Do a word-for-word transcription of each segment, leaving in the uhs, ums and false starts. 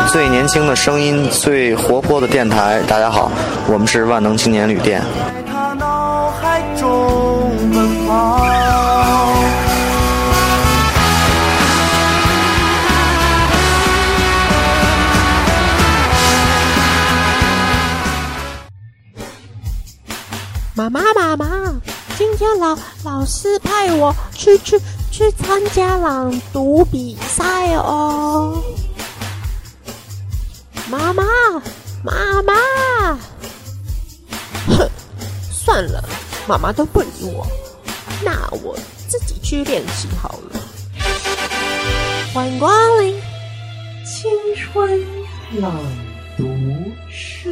最年轻的声音，最活泼的电台。大家好，我们是万能青年旅店。 在他脑海中奔跑。 妈妈妈妈，今天老老师派我去去去参加朗读比赛哦。妈妈妈妈，哼，算了，妈妈都不理我，那我自己去练习好了。欢迎光临青春朗读社。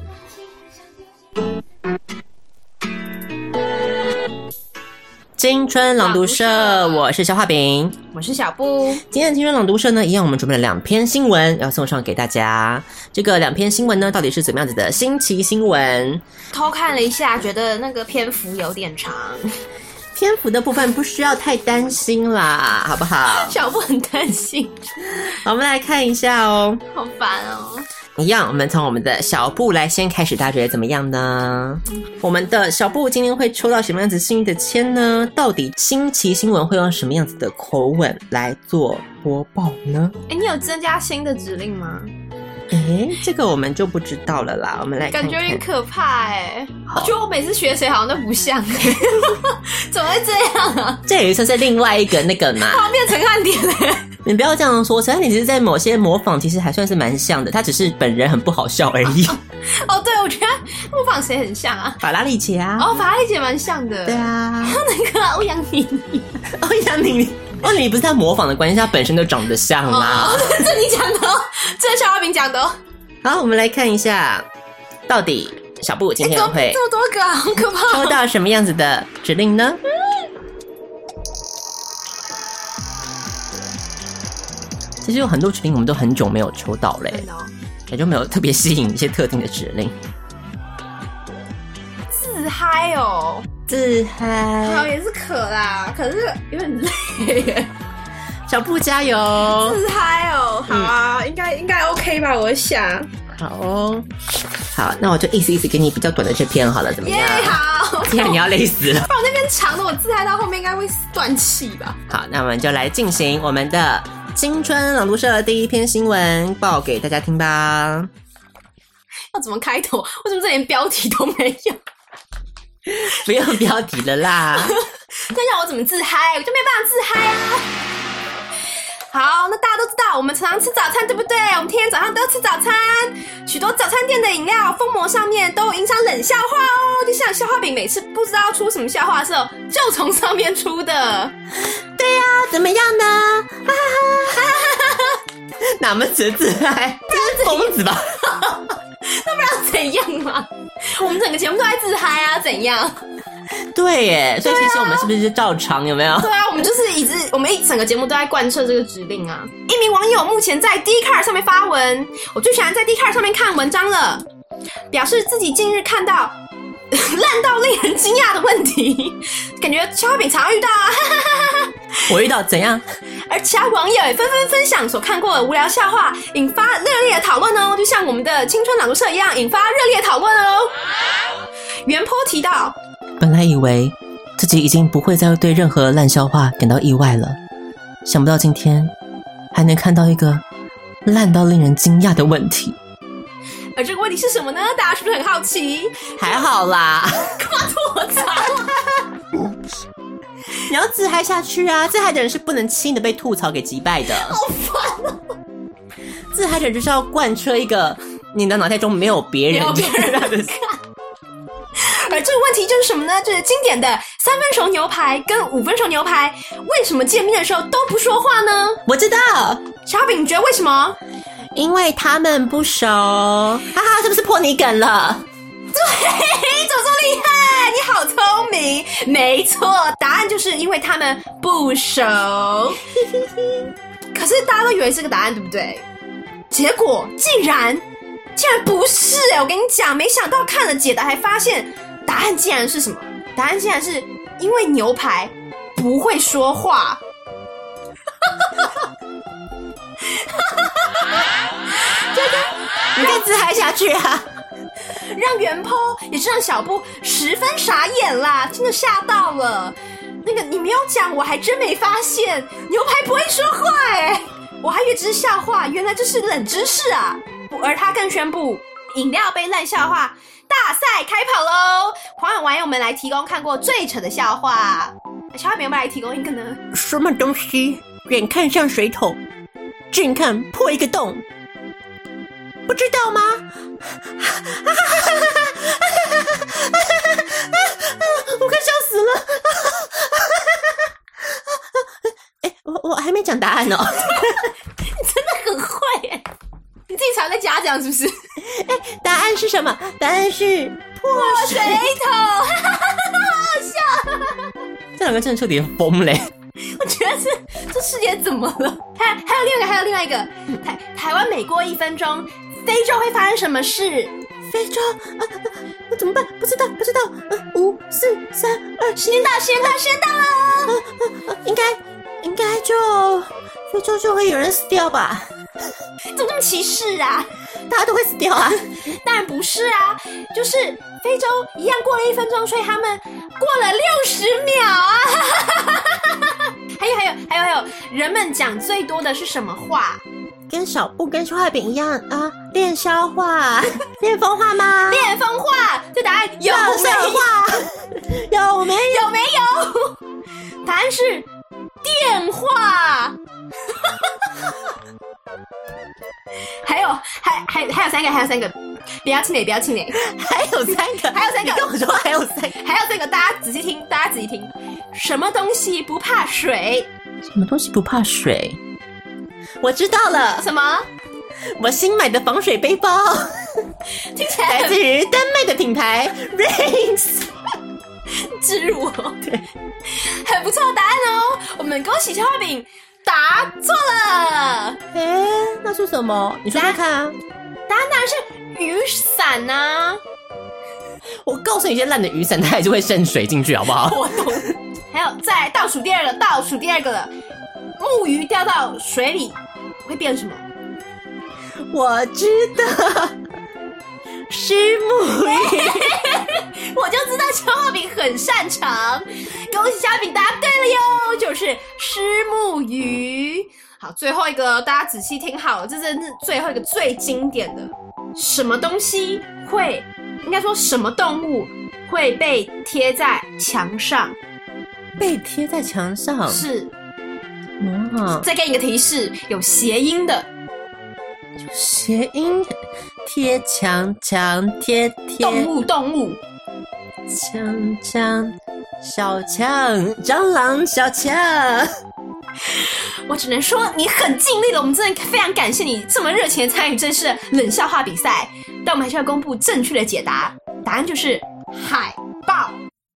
青春朗读社，我是小画饼， 我是小布。 今天的青春朗读社呢，一样我们准备了两篇新闻要送上给大家。这个两篇新闻呢，到底是怎么样子的新奇新闻？ 偷看了一下，觉得那个篇幅有点长。 篇幅的部分不需要太担心啦，好不好？ 小布很担心。 好，我们来看一下哦。 好烦哦。 一样，我们从我们的小布来先开始，大家觉得怎么样呢？我们的小布今天会抽到什么样子幸运的签呢？到底新奇新闻会用什么样子的口吻来做播报呢？ 诶，你有增加新的指令吗？ 诶，这个我们就不知道了啦，我们来看看。 感觉有点可怕诶，我觉得我每次学谁好像都不像诶怎么会这样啊？ 这也算是另外一个那个嘛， 好变陈汉典诶。 你不要这样说，陈汉典其实在某些模仿其实还算是蛮像的，他只是本人很不好笑而已。 哦，对，我觉得模仿谁很像啊？ 法拉利姐啊。 哦，法拉利姐蛮像的。 对啊。 还有那个欧阳妮妮。 欧阳妮妮。欧阳妮妮不是他模仿的关系，他本身就长得像啦。 哦，这你讲的哦，这是小花饼讲的哦。 好，我们来看一下，到底小布今天会、欸、 这么多个啊，好可怕！ 抽到什么样子的指令呢？嗯、其实有很多指令我们都很久没有抽到嘞、欸，也就没有特别吸引一些特定的指令。 自嗨哦， 自嗨， 好也是可啦，可是有点累耶。 小布加油！ 自嗨哦，好啊，嗯、应该应该 OK 吧？我想。 好哦，好，那我就意思意思给你比较短的这篇好了，怎么样？耶、 yeah, 好， 今天你要累死了。 不然我那边长的，我自嗨到后面应该会断气吧？ 好，那我们就来进行我们的青春朗读社的第一篇新闻报给大家听吧。 要怎么开头？为什么这连标题都没有？ 不用标题了啦。 那让我怎么自嗨？我就没办法自嗨啊。好，那大家都知道我们常常吃早餐，对不对？我们天天早上都要吃早餐，许多早餐店的饮料封膜上面都有印上冷笑话哦，就像笑话饼每次不知道出什么笑话的时候，就从上面出的。 对呀、啊，怎么样呢？哈哈哈！哪门子自嗨？这是疯子吧？ 那不然怎样嘛？我们整个节目都在自嗨啊，怎样？ 对耶，所以其实我们是不是照常？有没有？ 对啊，我们就是一直，我们一整个节目都在贯彻这个指令啊。一名网友目前在 Dcard 上面发文，我最喜欢在 Dcard 上面看文章了，表示自己近日看到烂到令人惊讶的问题，感觉小花饼常遇到啊。 我遇到怎样？ 而其他网友也纷纷分享所看过的无聊笑话，引发热烈的讨论哦，就像我们的青春朗读社一样，引发热烈讨论哦。原 po 提到， 本来以为自己已经不会再对任何烂笑话感到意外了，想不到今天还能看到一个烂到令人惊讶的问题。 而这个问题是什么呢？大家是不是很好奇？ 还好啦， 干嘛吐槽啊？ 你要自嗨下去啊！自嗨的人是不能轻易的被吐槽给击败的。 好烦哦！ 自嗨的人就是要贯彻一个你的脑袋中没有别人， 没有别人的看。而这个问题就是什么呢？就是经典的三分熟牛排跟五分熟牛排，为什么见面的时候都不说话呢？ 我知道， 小饼，你觉得为什么？ 因为他们不熟。哈哈，是不是破你梗了？ 对，怎么这么厉害？你好聪明。没错，答案就是因为他们不熟。可是大家都以为是个答案，对不对？结果竟然竟然不是耶、欸、我跟你讲，没想到看了解答还发现答案竟然是什么？答案竟然是因为牛排不会说话。 你可以自嗨下去啊！ 让原 po 也是让小布十分傻眼啦，真的吓到了。那个你没有讲，我还真没发现牛排不会说话哎，我还以为只是笑话，原来这是冷知识啊！而他更宣布，饮料杯烂笑话大赛开跑喽！欢迎网友们来提供看过最扯的笑话。小花没有来提供一个呢？ 什么东西远看像水桶，近看破一个洞？不知道吗？我快笑死了！哎，我我还没讲答案哦。 你真的很会耶！你自己常在家讲是不是？ 哎，答案是什么？答案是破水桶，好好笑！ 这两个真的彻底疯嘞！ 我觉得这这世界怎么了？还还有另外一个，还有另外一个，台台湾每过一分钟，非洲会发生什么事？ 非洲啊啊啊！怎么办？不知道，不知道。呃，五、四、三、二， 时间到，时间到，时间到了！ 啊啊啊！应该应该就非洲就会有人死掉吧？ 怎么这么歧视啊？ 大家都会死掉啊？ 当然不是啊，就是非洲一样过了一分钟，所以他们过了六十秒啊！还有还有还有还有，人们讲最多的是什么话？ 跟小布跟消化饼一样啊，练消化，练疯话吗？ 练疯话，这答案有没有？ 有没有？ 有没有？答案是电话。还有还还还有三个，还有三个，不要气馁，不要气馁， 还有三个， 还有三个， 你跟我说还有三个， 还有三个，大家仔细听，大家仔细听，什么东西不怕水？ 什么东西不怕水？我知道了， 什么？ 我新买的防水背包， 听起来来自于丹麦的品牌 Rings。 植入哦， 对， 很不错的答案哦。我们恭喜消化饼答错了。 哎，那是什么？你说说看啊。 答案当然是雨伞啊。 我告诉你，这些烂的雨伞它还是会渗水进去，好不好？ 我懂。还有再倒数第二个，倒数第二个了。木鱼掉到水里会变什么？ 我知道，是木鱼。 我就知道消化饼很擅长。恭喜消化饼答对了哟，就是虱目鱼。好，最后一个大家仔细听好了，这真是最后一个最经典的。什么东西会，应该说什么动物会被贴在墙上？ 被贴在墙上是。 哇！ 再给你个提示，有谐音的。 谐音，贴墙墙贴贴。 动物动物。 墙墙小强，蟑螂小强。 我只能说你很尽力了，我们真的非常感谢你这么热情的参与这次的冷笑话比赛。但我们还是要公布正确的解答，答案就是海豹。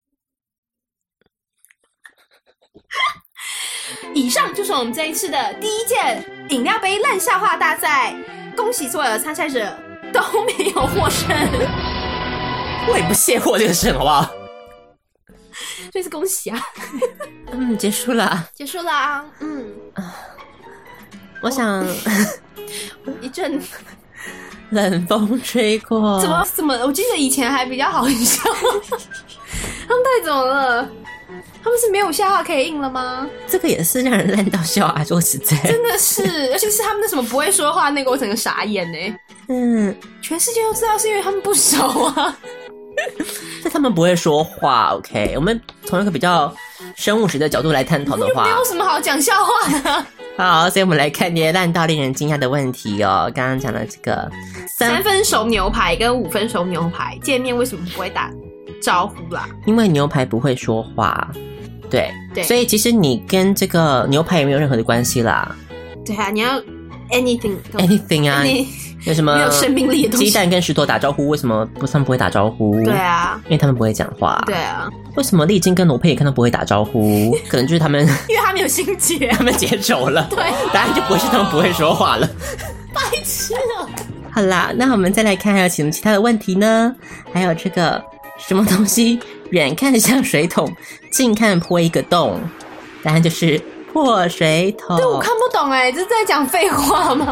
以上就是我们这一次的第一届饮料杯烂笑话大赛，恭喜所有的参赛者都没有获胜。 我也不屑获这个胜，好不好？ 所以是恭喜啊。 嗯，结束了， 结束了啊。嗯， 我想、哦、 一阵冷风吹过， 怎么怎么？我记得以前还比较好笑。他们到底怎么了？他们是没有笑话可以印了吗？ 这个也是让人烂到笑啊！说实在， 真的是，尤其是他们那什么不会说话那个，我整个傻眼呢。 嗯， 全世界都知道是因为他们不熟啊。 但他们不会说话 ，OK？ 我们从一个比较生物学的角度来探讨的话， 没有什么好讲笑话的。 好，所以我们来看这些烂到令人惊讶的问题哦。刚刚讲的这个三, 三分熟牛排跟五分熟牛排见面为什么不会打招呼啦？ 因为牛排不会说话。对， 对， 所以其实你跟这个牛排也没有任何的关系啦。 对啊，你要 anything anything 啊，有什么没有生命力的东西？ 鸡蛋跟石头打招呼，为什么不他们不会打招呼？ 对啊， 因为他们不会讲话。 对啊， 为什么丽晶跟罗佩也看到不会打招呼？可能就是他们， 因为他们有心结， 他们结仇了。 对， 答案就不会是他们不会说话了。 白痴哦！ 好啦，那我们再来看还有什么其他的问题呢？还有这个什么东西远看像水桶，近看破一个洞？答案就是破水桶。 对，我看不懂哎，这是在讲废话吗？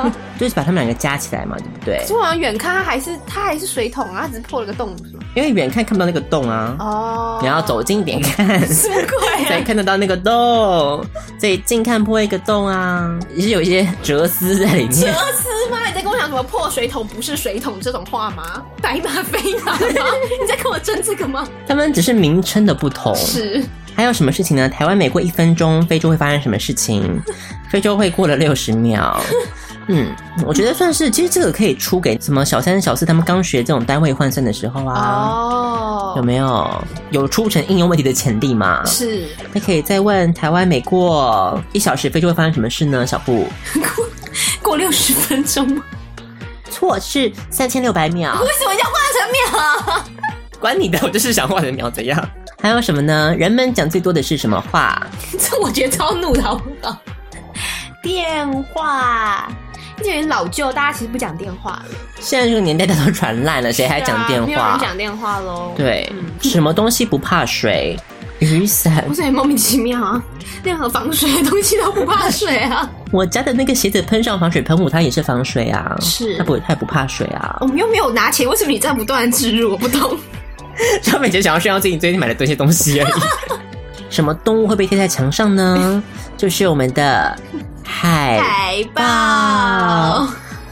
就是把他们两个加起来嘛，对不对？ 可是我好像远看它还是它还是水桶啊，它只是破了个洞是吗？ 因为远看看不到那个洞啊。 哦， 你要走近一点看， 什么鬼啊？ 才看得到那个洞，所以近看破一个洞啊，也是有一些哲思在里面。 哲思吗？你在跟我讲什么破水桶不是水桶这种话吗？白马非马吗？你在跟我争这个吗？ 他们只是名称的不同。 是。 还有什么事情呢？台湾每过一分钟，非洲会发生什么事情？非洲会过了六十秒。嗯，我觉得算是，其实这个可以出给什么小三、小四他们刚学这种单位换算的时候啊。哦，有没有有出成应用问题的潜力嘛？ 是。 那可以再问台湾每过一小时，非洲会发生什么事呢？小布， 过过六十分钟吗？ 错，是三千六百秒。 为什么要换成秒？ 管你的，我就是想换成秒，怎样？还有什么呢？人们讲最多的是什么话？ 这我觉得超怒的好不好？电话，有点老旧，大家其实不讲电话了。 现在这个年代大家都传烂了，谁还讲电话？ 没有人讲电话咯。 对、嗯，什么东西不怕水？雨伞。 不是很莫名其妙啊？任何防水的东西都不怕水啊。 我家的那个鞋子喷上防水喷雾，它也是防水啊。 是， 它不，它也不怕水啊。 我们又没有拿钱，为什么你这样不断的置入？我不懂。 小美姐想要炫耀自己最近买的这些东西而已。什么动物会被贴在墙上呢？就是我们的海海豹。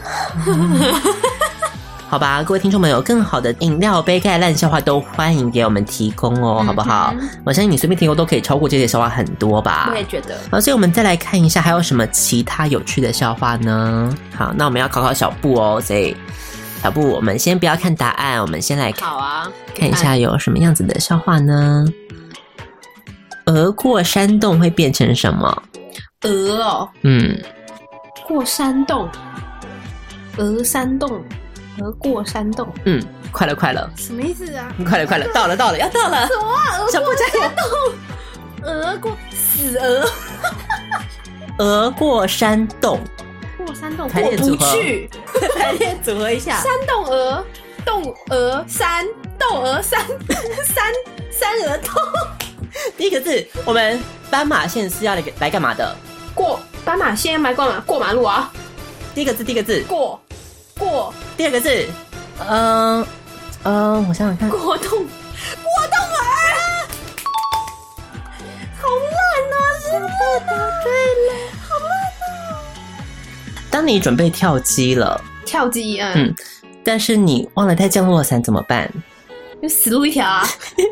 好吧，各位听众们有更好的饮料杯盖烂笑话都欢迎给我们提供哦，嗯、好不好？我相信你随便提供都可以超过这些笑话很多吧。 我也觉得。 好，所以我们再来看一下还有什么其他有趣的笑话呢？好，那我们要考考小布哦，所以小布，我们先不要看答案，我们先来看， 好啊， 看一下有什么样子的笑话呢？鹅过山洞会变成什么？ 鹅哦， 嗯， 过山洞，鹅山洞，鹅过山洞， 嗯，快了快了， 什么意思啊？ 快了快了，到了到了，要到了， 什么啊？鹅小布加油！ 鹅过死鹅， 鹅过山洞。 过山洞， 排列组合， 我不去， 排列组合一下。 山洞鹅，洞鹅山，窦鹅山，山山鹅洞。 第一个字，我们斑马线是要来来干嘛的？ 过斑马线要来干嘛？过马路啊。 第一个字，第一个字， 过过。 第二个字，嗯、呃、嗯、呃，我想想看， 过洞，过洞儿，好烂啊！是不是答对了？好烂啊！ 当你准备跳机了， 跳机，嗯， 嗯，但是你忘了带降落伞怎么办？ 就死路一条啊！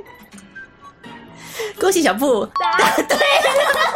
恭喜小布答对了，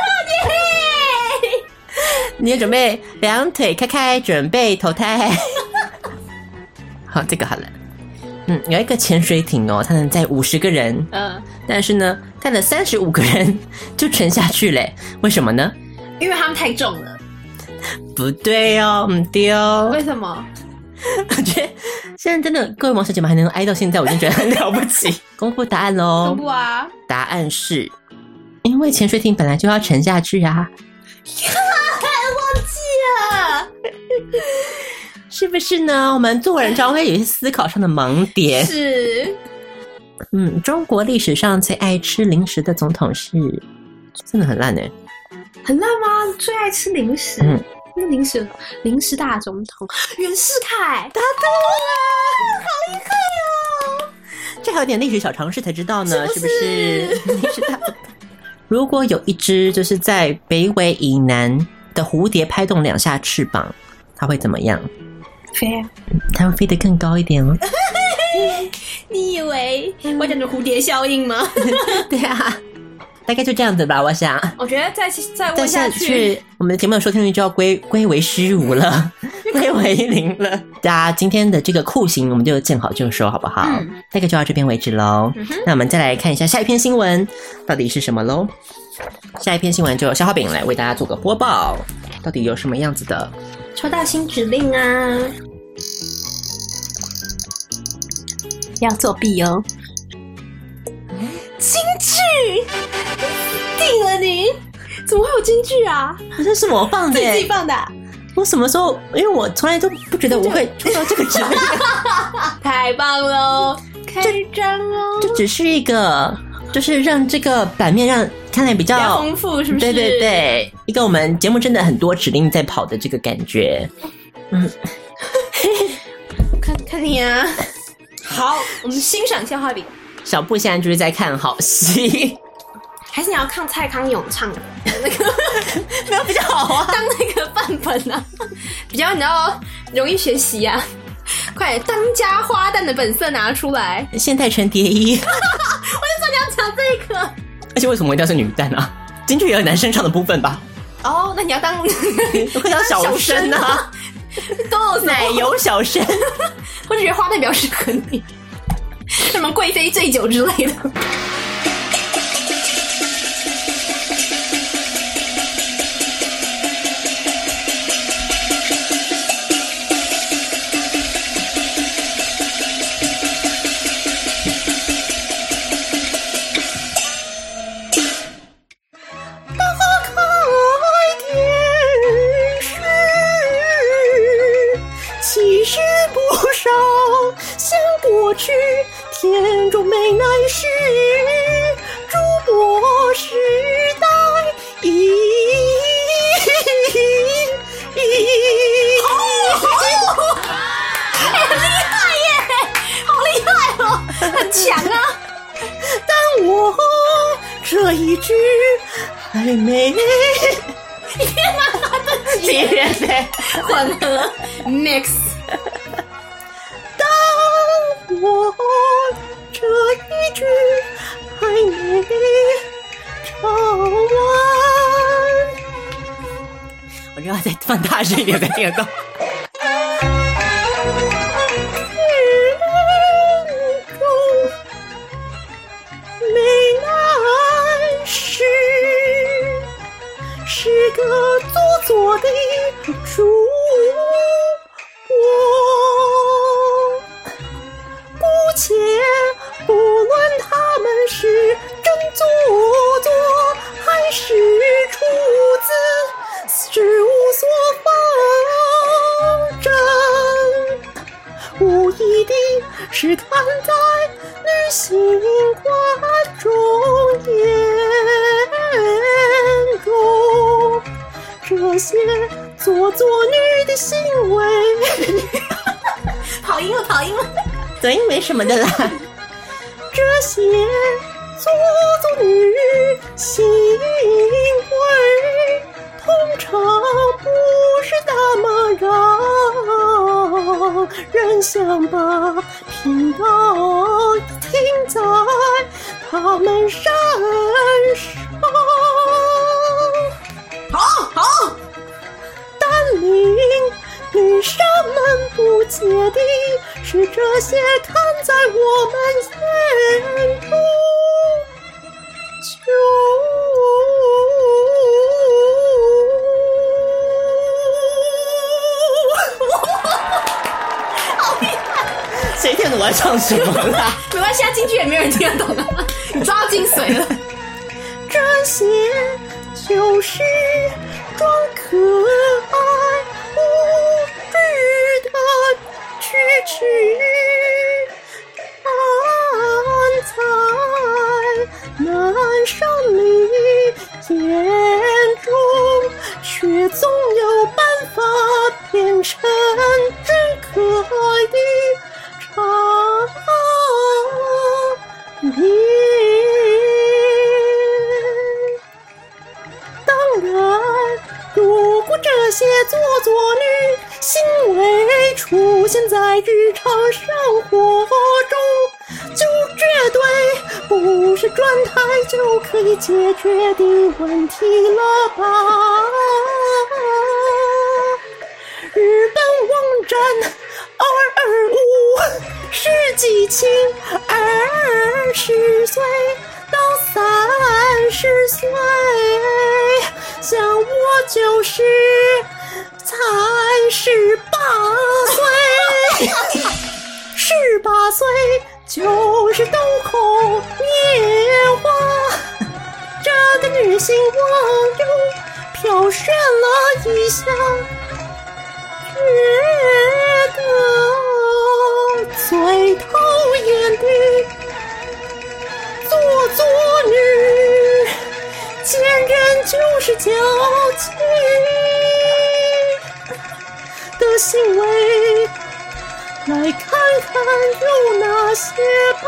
你也准备两腿开开，准备投胎。好，这个好了。嗯，有一个潜水艇哦，它能载五十个人， 嗯， 但是呢，载了三十五个人就沉下去嘞，为什么呢？ 因为他们太重了。 不对哦，唔对哦。 为什么？ 我觉得现在真的各位王小姐们还能挨到现在，我已经觉得很了不起。公布答案咯。 公布啊！ 答案是因为潜水艇本来就要沉下去啊。 忘记了， 是不是呢？我们做人常会有一些思考上的盲点。 是， 嗯，中国历史上最爱吃零食的总统是，真的很烂耶。 很烂吗？最爱吃零食。 嗯。 那零食零食大总统袁世凯，答对了，好厉害哦！ 这还有点历史小常识才知道呢， 是不是？ 是不是历史大总统？如果有一只就是在北纬以南的蝴蝶拍动两下翅膀，它会怎么样？ 飞啊！ 它会飞得更高一点哦。 你以为我讲的蝴蝶效应吗？ 对啊。大概就这样子吧，我想。 我觉得再再问下去， 去我们的节目的收听率就要归归为虚无了，归为零了。大家今天的这个酷刑，我们就见好就收，好不好？嗯、大概就到这边为止喽、嗯。那我们再来看一下下一篇新闻到底是什么喽？下一篇新闻就由消化饼来为大家做个播报，到底有什么样子的？ 抽到新指令啊！要作弊哦！京剧。定了你，怎么会有京剧啊？ 好像是我放的耶， 自己放的、啊。 我什么时候？因为我从来都不觉得我会抽到这个指令。 太棒了，开张哦！ 这只是一个，就是让这个版面让看来比较, 比较丰富，是不是？ 对对对，一个我们节目真的很多指令在跑的这个感觉。 嗯， 看看你啊。好，我们欣赏一下画笔。 小布现在就是在看好戏， 还是你要看蔡康永唱的那个， 没有比较好啊， 当那个范本啊，比较你知道容易学习啊。快点，当家花旦的本色拿出来。 现代陈蝶衣， 我就说你要讲这个。 而且为什么一定要是女旦啊？京剧也有男生唱的部分吧？ 哦，那你要当我会当小生啊， 都有奶油小生， 或者觉得花旦比较适合你，什么贵妃醉酒之类的。 去天中美乃是诸国时代一好好哎，很厉害耶，好厉害哦，很强啊。 但我这一句还没你天哪，他的几人嘞？ 混合 mix。 我这一句还没唱完， 我就要再放大声一点才听得到。 天中美乃是是个做作的主播。且不论他们是真做作还是出自事无所方真，无疑的是看在女性观众眼中，这些做作女的行为跑音了跑音了， 抖音没什么的啦。 这些做作女行为通常不是那么让人想把频道停在他们身上。 好好， 但令女生们不解的是，这些看在我们眼中就谁听得我在唱什么啦？ 没关系，现在进去也没有人听得懂啊，你抓到精髓了。 这些就是装可爱无知的区区看在男生里眼中，却总有办法变成真可爱的场面。当然，如果这些做作女行为出现在日常生活中，就绝对不是转台就可以解决的问题了吧？日本网站二二五是激情二十岁到三十岁，像我就是才十八岁，十八岁就是豆蔻年华。这个女性网友票选了一下，觉得最讨厌的做作女，见人就是矫情的行为，来看看有哪些吧。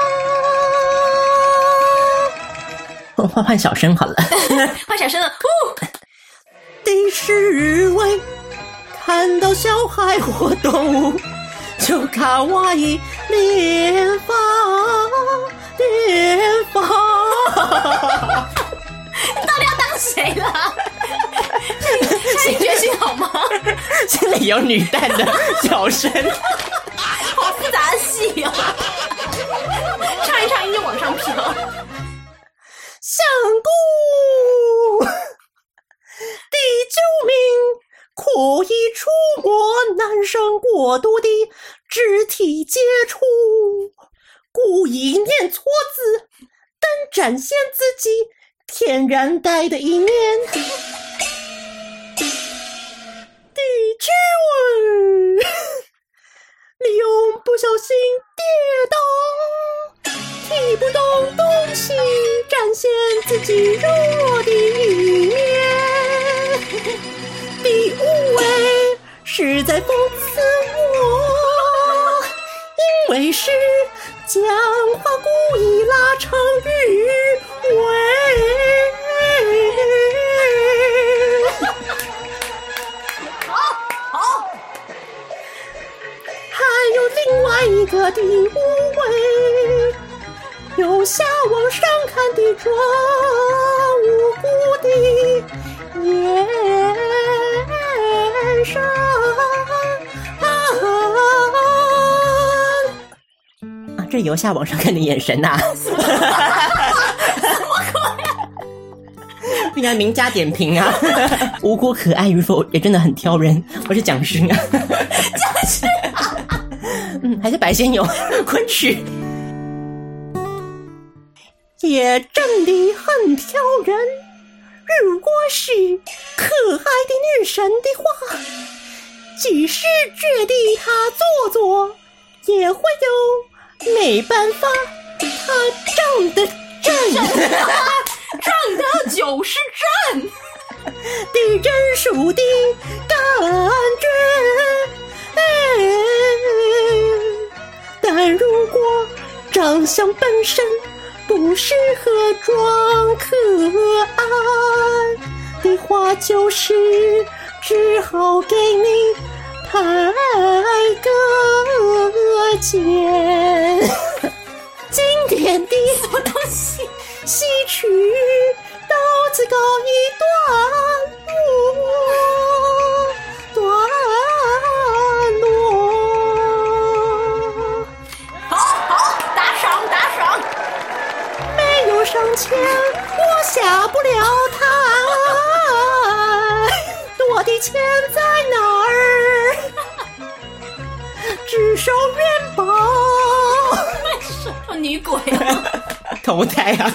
换换小声好了， 换小声了。呼第十位，看到小孩或动物就卡哇伊连发连发。 你到底要当谁啦？现在你决心好吗？ 心里有女蛋的小声， 好复杂的戏哦，唱一唱音就往上飘。 香菇第九名，可以触摸男生过度的肢体接触，故意念错字，但展现自己天然呆的一面。第七位，利用不小心跌倒，踢不动东西，展现自己柔弱的一面。第五位，是在讽刺我，因为是讲话故意拉长语尾。还有另外一个第五位，由下往上看的装无辜的眼神啊，这由下往上看的眼神啊！什么鬼？应该名家点评啊！无辜可爱与否也真的很挑人。我是蒋勋啊， 蒋勋啊， 嗯，还是白先勇昆曲。 也真的很挑人，如果是可爱的女神的话，即使觉得她做作，也会有没办法，她长得真， 长得就是真的真属的感觉。但如果长相本身不适合装可爱的话，就是只好给你抬个肩。经典的什么东西？ 戏曲到此告一段落，段落。 好好，打赏打赏。 没有上前，我下不了台。我的钱在哪儿？只收元宝。 什么女鬼啊？ 投胎啊！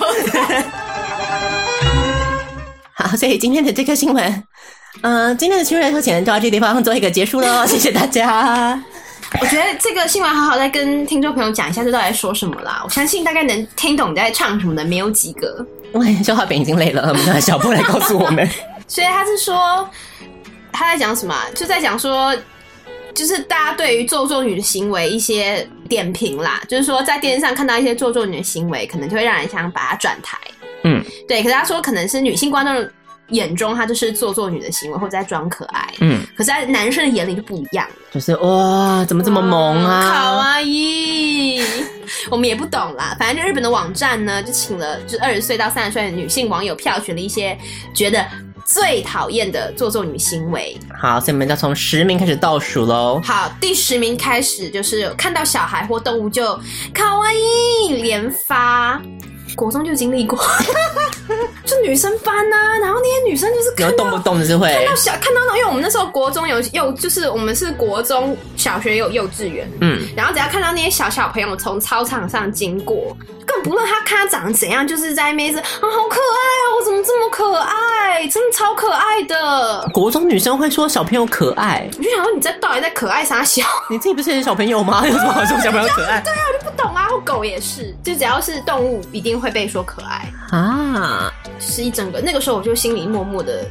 好，所以今天的这个新闻，嗯、呃，今天的新闻头前就到这个地方做一个结束了，谢谢大家。 我觉得这个新闻好好再跟听众朋友讲一下，这到底在说什么啦？我相信大概能听懂你在唱什么的没有几个。 喂，消化饼已经累了，我们让小布来告诉我们。 所以他是说他在讲什么？就在讲说，就是大家对于做作女的行为一些点评啦，就是说在电视上看到一些做作女的行为，可能就会让人想把它转台。 嗯， 对。可是他说，可能是女性观众眼中，她就是做作女的行为，或者在装可爱。嗯，可是在男生的眼里就不一样了， 就是哇，怎么这么萌啊？ 卡哇伊，我们也不懂啦。反正就日本的网站呢，就请了就二十岁到三十岁的女性网友票选了一些觉得最讨厌的做作女行为。 好，所以我们就从十名开始倒数咯。 好，第十名开始就是看到小孩或动物就卡哇伊连发。国中就经历过，就女生班啊，然后那些女生就是看到动不动就是会看到小看到那种，因为我们那时候国中有幼，就是我们是国中小学有幼稚园，嗯，然后只要看到那些小小朋友从操场上经过，根本不论他看他长得怎样，就是在那边是啊好可爱哦，我怎么这么可爱，真的超可爱的。 国中女生会说小朋友可爱， 我就想说你在到底在可爱啥小？ 你自己不是小朋友吗？有什么好说小朋友可爱？ 对啊，我就不懂啊。或狗也是，就只要是动物，一定会被说可爱啊， 是一整个。那个时候我就心里默默的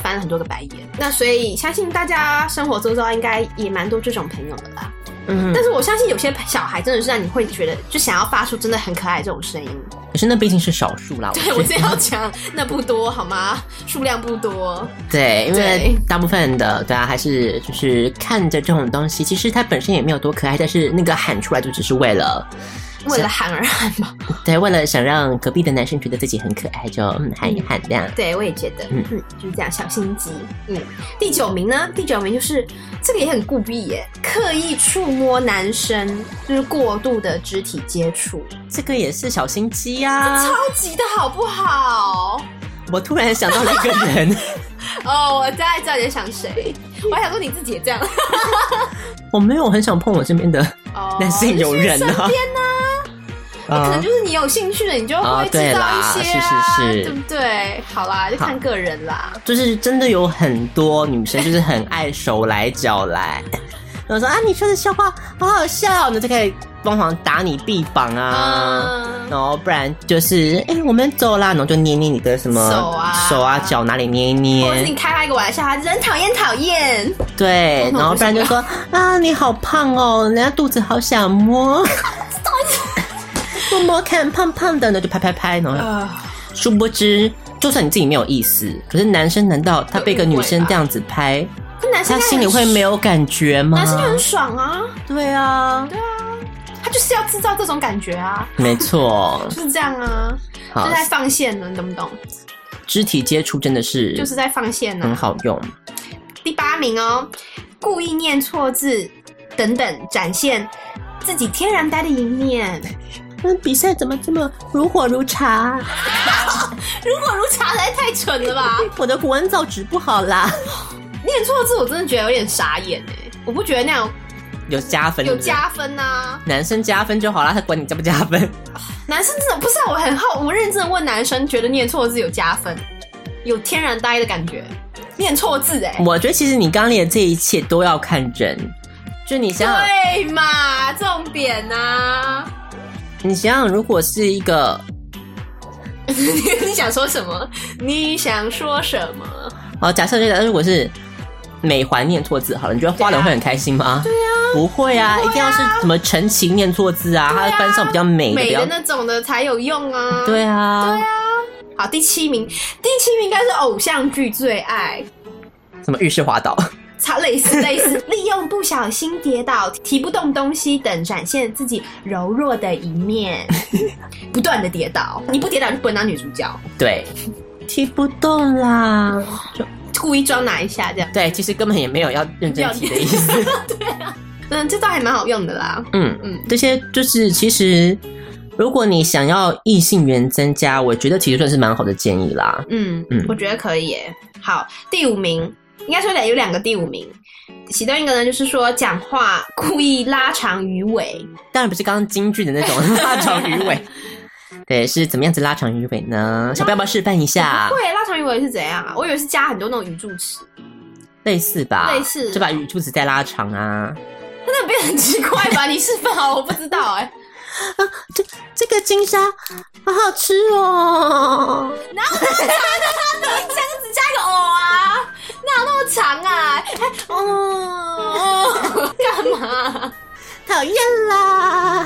翻了很多个白眼。那所以相信大家生活周遭应该也蛮多这种朋友的啦。嗯，但是我相信有些小孩真的是让你会觉得就想要发出真的很可爱这种声音， 可是那毕竟是少数啦。 对，我这样讲，那不多好吗？数量不多。 对，因为大部分的对啊，还是就是看着这种东西，其实它本身也没有多可爱，但是那个喊出来就只是为了。 为了喊而喊吧， 对，为了想让隔壁的男生觉得自己很可爱，就嗯喊一喊这样。 对，我也觉得，嗯嗯，就是这样，小心机。嗯，第九名呢？第九名就是这个也很故意耶，刻意触摸男生，就是过度的肢体接触， 这个也是小心机啊， 超级的好不好？ 我突然想到了一个人， 哦，我大概知道你在想谁，我还想说你自己也这样。 我没有很想碰我身边的男性友人啊。 身边呢？欸、可能就是你有兴趣的，你就会知道一些啊， 哦、是是是， 对不对？好啦，就看个人啦。 就是真的有很多女生就是很爱手来脚来，然后说啊，你说的笑话好好笑，你就可以帮忙打你臂膀啊，嗯、然后不然就是哎、欸，我们走啦，然后就捏捏你的什么手啊、 手啊、脚哪里捏一捏， 或者是你开他一个玩笑，他真讨厌讨厌。 对，然后不然就说啊，你好胖哦，人家肚子好想摸。摸摸看，胖胖的呢，就拍拍拍，然后、呃、殊不知，就算你自己没有意思，可是男生难道他被一个女生这样子拍，他心里会没有感觉吗？ 男生就很爽啊， 对啊， 对啊，他就是要制造这种感觉啊， 没错， 就是这样啊，就是在放线呢，你懂不懂？ 肢体接触真的是就是在放线呢， 很好用。 第八名哦，故意念错字等等，展现自己天然呆的一面。 嗯，比赛怎么这么如火如茶？ 如火如茶实在太蠢了吧！ 我的古文造纸不好啦， 念错字我真的觉得有点傻眼哎，我不觉得那样有加分是不是， 有加分啊， 男生加分就好啦，他管你加不加分。 男生真的不是、啊，我很好，我认真的问男生，觉得念错字有加分，有天然呆的感觉，念错字哎。 我觉得其实你刚列的这一切都要看人，就你想想， 对嘛，重点啊。 你想想，如果是一个你想说什么？你想说什么？ 好，假设假设如果是美环念错字好了，你觉得花人会很开心吗？ 对啊， 不会啊， 不会啊， 一定要是什么陈情念错字啊，他、啊、班上比较美的美的那种的才有用啊。 对啊， 对啊。好，第七名，第七名应该是偶像剧最爱， 什么浴室滑倒。 超类似类似，利用不小心跌倒、提不动东西等，展现自己柔弱的一面。不断的跌倒，你不跌倒就不能当女主角。 对，提不动啦， 就故意装拿一下这样。 对，其实根本也没有要认真提的意思。 对啊，嗯，这招还蛮好用的啦。 嗯嗯，这些就是其实，如果你想要异性缘增加，我觉得其实算是蛮好的建议啦。 嗯嗯，我觉得可以耶。好，第五名。应该说有两个第五名，其中一个呢就是说讲话故意拉长鱼尾， 当然不是刚刚京剧的那种拉长鱼尾，对，是怎么样子拉长鱼尾呢？小贝要不要示范一下？ 对，拉长鱼尾是怎样啊？我以为是加很多那种语助词， 类似吧？ 类似， 就把语助词再拉长啊。 那变得很奇怪吧？你示范好，我不知道哎、欸。 啊，这这个金沙好好吃哦！ 哪有那么长的？你这样只加一个哦啊？哪有那么长啊？哎，哦，干嘛？ 讨厌啦！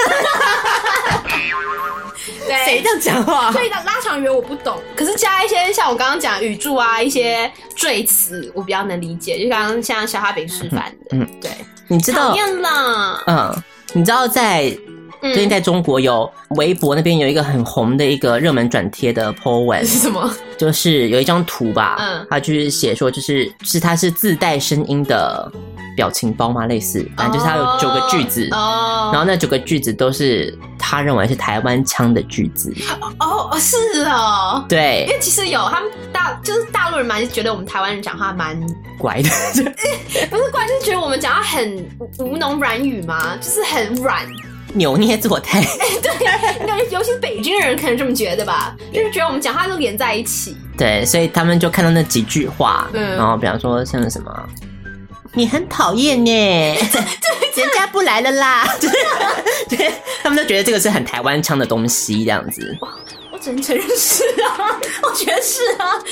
对， 谁这样讲话？ 所以拉长语我不懂，可是加一些像我刚刚讲语助啊，一些赘词，我比较能理解。就刚刚像小哈饼示范的，嗯，对， 你知道？ 讨厌啦， 嗯，你知道在。最近在中国有微博那边有一个很红的一个热门转贴的 po 文， 是什么？ 就是有一张图吧， 嗯， 它就是写说就是是它是自带声音的表情包嘛，类似，反正就是它有九个句子， 哦， 然后那九个句子都是他认为是台湾腔的句子。 哦，是哦， 对， 因为其实有他们大就是大陆人蛮觉得我们台湾人讲话蛮乖的， 不是乖，就是觉得我们讲话很吴侬软语嘛，就是很软。 扭捏作态， 对，尤其是北京人可能这么觉得吧，就是觉得我们讲话都连在一起。 对，所以他们就看到那几句话，嗯，然后比方说像什么，你很讨厌耶，人家不来了啦，对，他们都觉得这个是很台湾腔的东西，这样子。 我只能承认是啊，我觉得是啊，就台湾人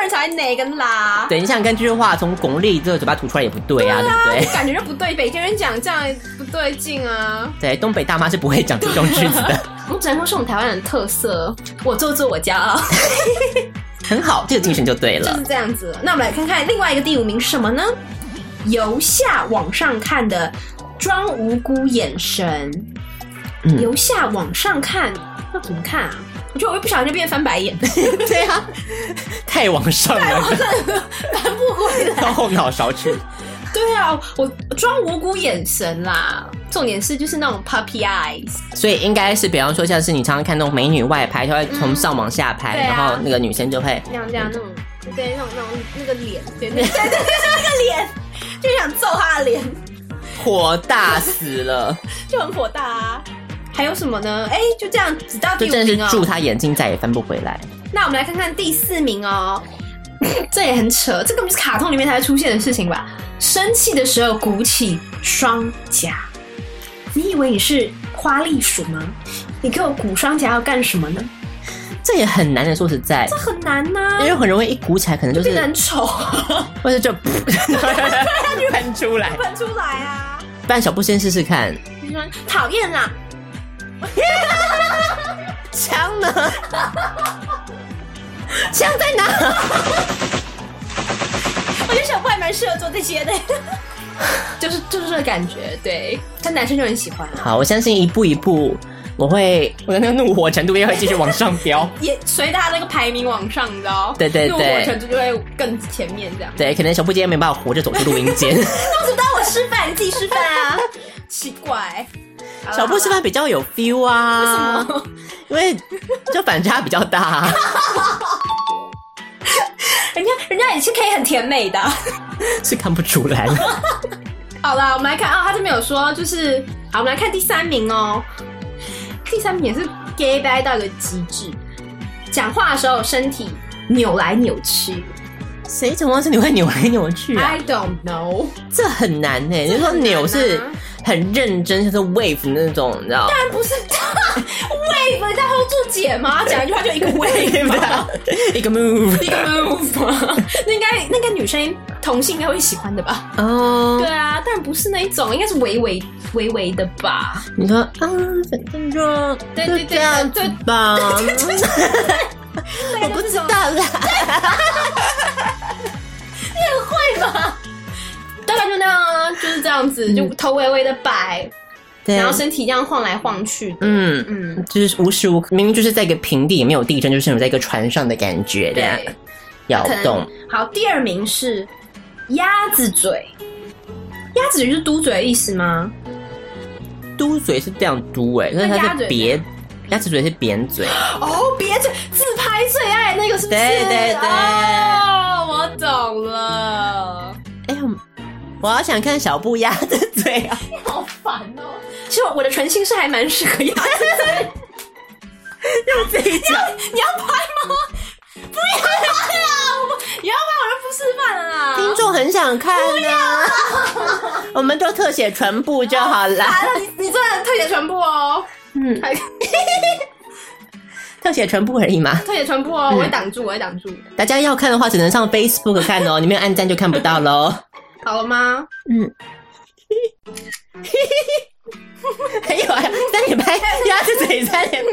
人才哪个啦？ 对，你想跟这句话从巩俐这个嘴巴吐出来也不对啊，对,、啊、对不对？ 感觉就不对，北京人讲这样不对劲啊。 对，东北大妈是不会讲这种句子的。 我们只能说是我们台湾人的特色，我做做我骄傲。 很好，这个精神就对了。 就是这样子了。那我们来看看另外一个第五名是什么呢？由下往上看的装无辜眼神。嗯、由下往上看要怎么看啊？我觉得我又不小心就变翻白眼。 对啊，太往上了， 太往上了，翻不回来， 到后脑勺去。 对啊，我装无辜眼神啦，重点是就是那种 puppy eyes， 所以应该是比方说像是你常常看那种美女外拍，她会从上往下拍、嗯啊、然后那个女生就会这样这样那种，对，那种那种那个脸，对对对对，就是那个脸，就想揍她的脸， 火大死了， 就很火大啊。还有什么呢？哎，就这样，只到第五名哦。 就真的是祝她眼睛再也翻不回来。 那我们来看看第四名哦，这也很扯，这根本就是卡通里面才会出现的事情吧？生气的时候鼓起双颊，你以为你是花栗鼠吗？你给我鼓双颊要干什么呢？ 这也很难的，说实在， 这很难啊， 因为很容易一鼓起来，可能就是变得很丑， 或者就喷出来， 喷出来啊！ 不然小布先试试看。 你说讨厌啦， 枪呢？枪在哪？ 我觉得小布还蛮适合做这些的，就是就是这个感觉，对，但男生就很喜欢、啊。 好，我相信一步一步，我会我的那个怒火程度也会继续往上飙， 也随他那个排名往上，你知道？ 对对对， 怒火程度就会更前面这样。 对，可能小布今天没办法活着走出录音间。那为什么都要我示范？你自己示范啊！奇怪。 小布示范比较有 feel 啊， 为什么？ 因为就反差比较大、啊。 人家人家也是可以很甜美的， 是看不出来。 好啦，我们来看啊、哦，他这边有说，就是好，我们来看第三名哦。第三名也是 gay bye 到一个极致，讲话的时候身体扭来扭去。 谁讲话是你会扭来扭去啊 ？I don't know， 这很难呢、欸。你说扭是很认真，就是 wave 那种，你知道？ 当然不是 wave， 在 hold 住姐吗？讲一句话就一个 wave 嘛， 一个 move， 一个 move 嘛。那应该那个女生同性应该会喜欢的吧？ 哦， 对啊，当然不是那一种，应该是微微微微的吧？ 你说啊，反正就对对对这样子吧。我不知道啦。 你很会吧？大概就那样啊，就是这样子，就头微微的摆，然后身体这样晃来晃去的。嗯嗯， 就是无时无刻，明明就是在一个平地，也没有地震，就是有在一个船上的感觉的摇动。 好，第二名是鸭子嘴，鸭子嘴就是嘟嘴的意思吗？ 嘟嘴是这样嘟哎、欸，可是它是瘪。鸭子嘴是扁嘴哦，瘪嘴自拍最爱那个是不是？ 对对对， 哦，我懂了。 哎呀，我好想看小布鸭的嘴啊！ 你好烦哦。其实我的唇形是还蛮适合鸭子嘴。 用这一张， 你要拍吗？不要拍啊！你要拍我就不示范了啦。 听众很想看啊，我们就特写唇部就好了。 你你真的特写唇部哦。嗯， 特写唇部而已嘛。 特写唇部哦，我会挡住，我会挡住。 大家要看的话，只能上 Facebook 看哦，你没有按赞就看不到喽。 好了吗？ 嗯。还有啊，三连拍鸭子嘴三连，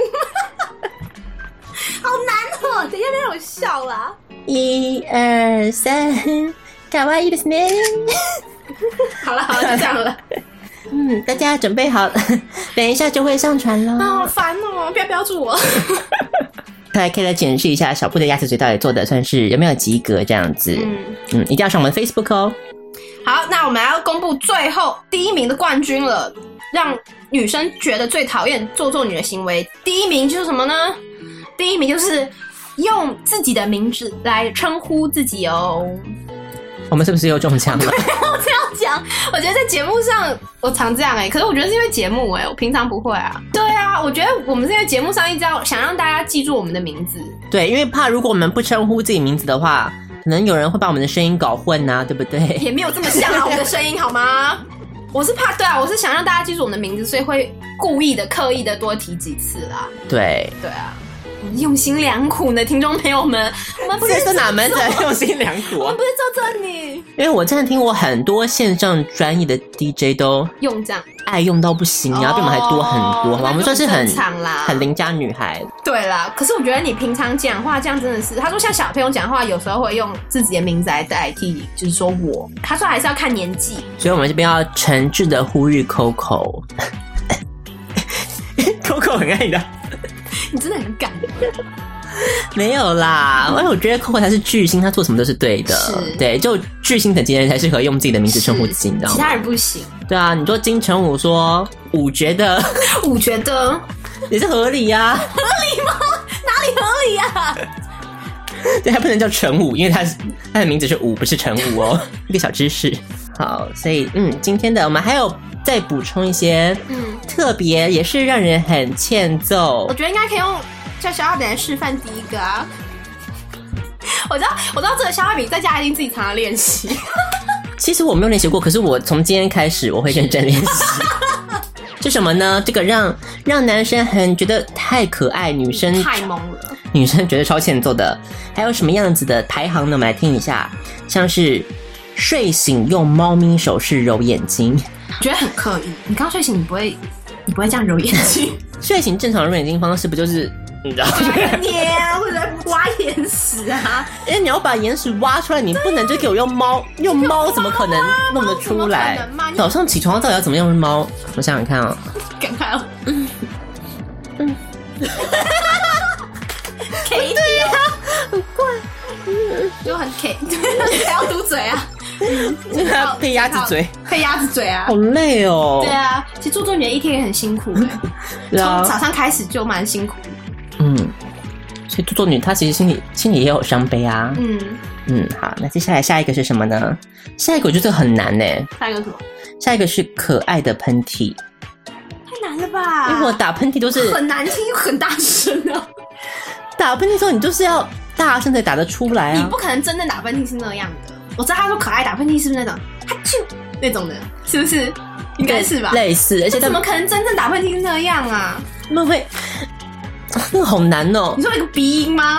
好难哦！等一下让我笑啦。 一二三，卡哇伊的 snake。 好了好了，就这样了。 嗯，大家准备好了，等一下就会上传咯。 好烦哦，不要标注我。 来，可以来检视一下小布的鸭子嘴到底做的算是有没有及格这样子。嗯嗯，一定要上我们的 Facebook 哦。 好，那我们要公布最后第一名的冠军了，让女生觉得最讨厌做作女的行为。第一名就是什么呢？第一名就是用自己的名字来称呼自己哦。 我们是不是又中枪了？ 我这样讲，我觉得在节目上我常这样哎、欸，可是我觉得是因为节目哎、欸，我平常不会啊。对啊，我觉得我们是因为节目上一直要想让大家记住我们的名字。 对，因为怕如果我们不称呼自己名字的话，可能有人会把我们的声音搞混啊，对不对？ 也没有这么像啊，我们的声音好吗？我是怕，对啊，我是想让大家记住我们的名字，所以会故意的、刻意的多提几次啦。 对， 对啊。 用心良苦呢，听众朋友们，我们不是这哪门子用心良苦啊？ 我们不是咒咒你， 因为我真的听过很多线上专业的 D J 都用这样爱用到不行啊，比我们还多很多，好吧？我们算是很正常啦， 很邻家女孩。 对啦，可是我觉得你平常讲话这样真的是，他说像小朋友讲话有时候会用自己的名字来代替，就是说我，他说还是要看年纪， 所以我们这边要诚挚的呼吁 Coco。Coco 很爱的， 你真的很敢。 没有啦，因为我觉得 Coco 他是巨星，他做什么都是对的。 是， 对，就巨星等级的人才适合用自己的名字称呼自己，你知道吗？ 其他人不行。 对啊，你说金城武说，武觉得， 武觉得也是合理啊。 合理吗？哪里合理啊？ 对，他不能叫陈武，因为他是他的名字是武，不是陈武哦。一个小知识。好，所以嗯，今天的我们还有再补充一些，嗯，特别也是让人很欠揍。 我觉得应该可以用叫小画饼来示范第一个啊。我知道，我知道这个小画饼在家一定自己常常练习。 其实我没有练习过，可是我从今天开始我会认真练习。是什么呢？这个让让男生很觉得太可爱，女生太萌了， 女生觉得超欠揍的。还有什么样子的排行呢？我们来听一下，像是睡醒用猫咪手势揉眼睛， 觉得很刻意。你刚睡醒，你不会，你不会这样揉眼睛？ 睡醒正常揉眼睛方式不就是你知道？ 捏啊，或者挖眼屎啊？ 因为你要把眼屎挖出来，你不能就给我用猫，用猫怎么可能弄得出来？早上起床到底要怎么用猫？我想想看哦， 赶快哦，嗯嗯 ，K 对啊，很怪，嗯，就很 K， 还要嘟嘴啊， 要配鸭子嘴， 配鸭子嘴啊， 好累哦。 对啊，其实做做女人一天也很辛苦哎，从早上开始就蛮辛苦。 嗯，所以做做女她其实心里心里也有伤悲啊。 嗯嗯，好，那接下来下一个是什么呢？下一个我觉得很难呢。 下一个什么？ 下一个是可爱的喷嚏。 太难了吧？ 因为我打喷嚏都是很难听又很大声啊。 打喷嚏之后你就是要大声才打得出来啊。 你不可能真正打喷嚏是那样的。我知道他说可爱打喷嚏是不是那种哈啾那种的，是不是？应该是吧。 类似，而且怎么可能真正打喷嚏是那样啊？ 他们会。那个好难哦！ 你说那个鼻音吗？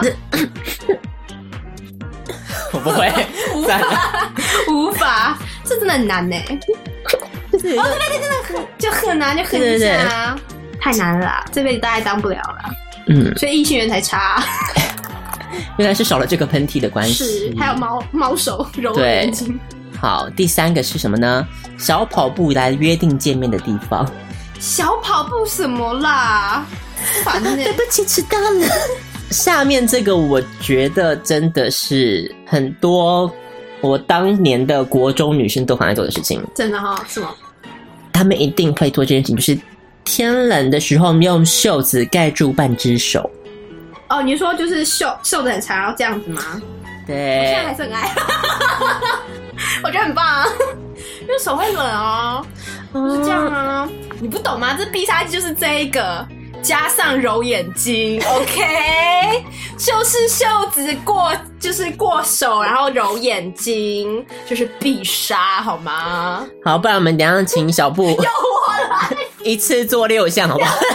我不会， 无法，無法，这真的很难呢。 就是哦， 对对对，真的很就很难，就很难啊，对对对，太难了啦，这辈子大概当不了了。嗯，所以异性缘才差。 原来是少了这个喷嚏的关系。 是，还有猫猫手揉眼睛。 好，第三个是什么呢？小跑步来约定见面的地方。 小跑步什么啦？烦呢、欸！ 对不起，迟到了。下面这个我觉得真的是很多我当年的国中女生都很爱做的事情。 真的哈、哦？是吗？ 她们一定会做这件事情，就是天冷的时候用袖子盖住半只手。 哦，你说就是袖袖子很长，然后这样子吗？ 对， 我现在还是很爱，我觉得很棒啊，因为手会冷哦，就是这样啊。你不懂吗？这必杀技就是这一个。加上揉眼睛 ，OK， 就是袖子过，就是过手，然后揉眼睛，就是必杀，好吗？ 好，不然我们等一下请小布由我来， 一次做六项，好不好？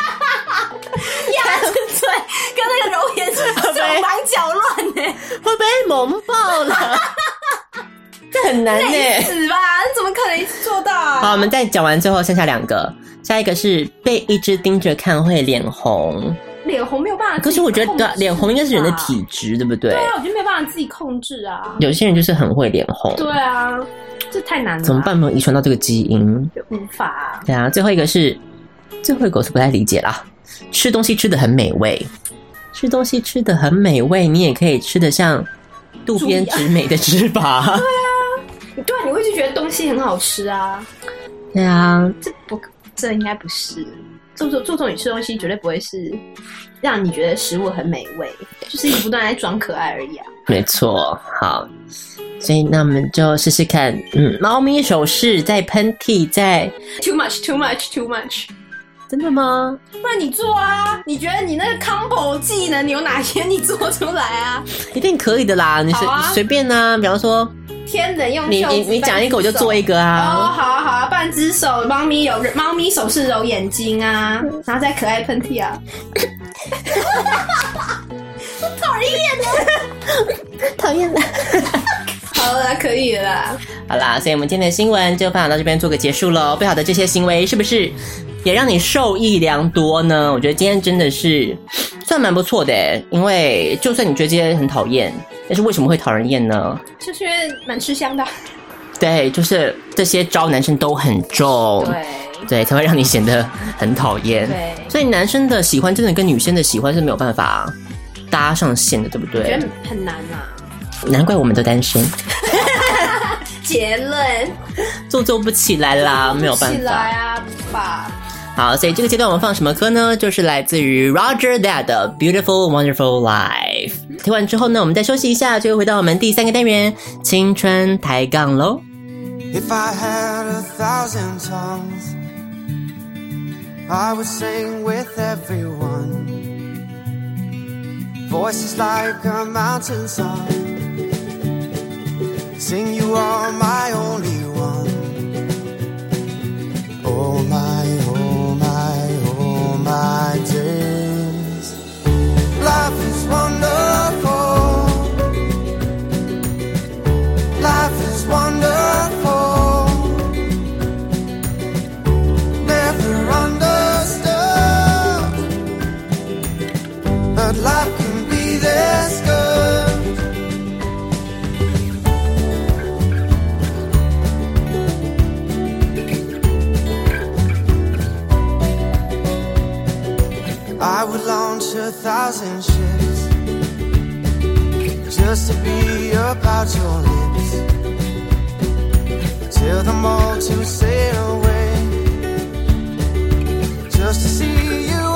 鸭子嘴跟那个揉眼睛手忙脚乱呢， 会被萌爆了。这很难呢， 累死吧？你怎么可能做到啊？ 好，我们再讲完最后剩下两个，下一个是被一直盯着看会脸红。 脸红没有办法， 可是我觉得脸红应该是人的体质，对不对？ 对啊，我觉得没有办法自己控制啊。 有些人就是很会脸红。 对啊，这太难了。 怎么办？没有遗传到这个基因， 就无法、啊。 对啊，最后一个是，最后一个我是不太理解啦。吃东西吃得很美味，吃东西吃得很美味，你也可以吃得像渡边直美的吃法。 对啊。对啊，你会就觉得东西很好吃啊。 对啊， 这不，这应该不是。做做做做你吃东西绝对不会是让你觉得食物很美味，就是一直不断在装可爱而已啊。 没错，好，所以那我们就试试看，嗯，猫咪手势，在喷嚏，在 too much too much too much。 真的吗？ 不然你做啊！你觉得你那个 combo 技能你有哪些你做出来啊？ 一定可以的啦，你随、啊、随便啊，比方说天人用你你你讲一个我就做一个啊。 哦，好啊好啊啊，半只手，猫咪有猫咪手势揉眼睛啊，然后再可爱喷嚏啊。讨厌的， 讨厌的。 好了，可以了啦。 好啦，所以我们今天的新闻就分享到这边做个结束咯。不晓得这些行为是不是也让你受益良多呢？我觉得今天真的是算蛮不错的耶，因为就算你觉得这些很讨厌，但是为什么会讨人厌呢？ 就是因为蛮吃香的。 对，就是这些招男生都很重， 对对，才会让你显得很讨厌。 对， 所以男生的喜欢真的跟女生的喜欢是没有办法搭上线的，对不对？ 我觉得很难啊。 难怪我们都单身。 结论做做不起来啦，没有办法。 起来啊，爸。 好，所以这个阶段我们放什么歌呢？就是来自于 Roger That 的 Beautiful Wonderful Life。听完之后呢，我们再休息一下，就会回到我们第三个单元青春抬杠咯。 If I had a thousand tongues, I would sing with everyone. Voices like a mountain song, sing you are my only one. Oh my, oh my, oh my days. Life is wonderful. Life is wonderful. Never understood, but life can be this good. I would launch a thousand ships just to be about your lips, tell them all to sail away, just to see you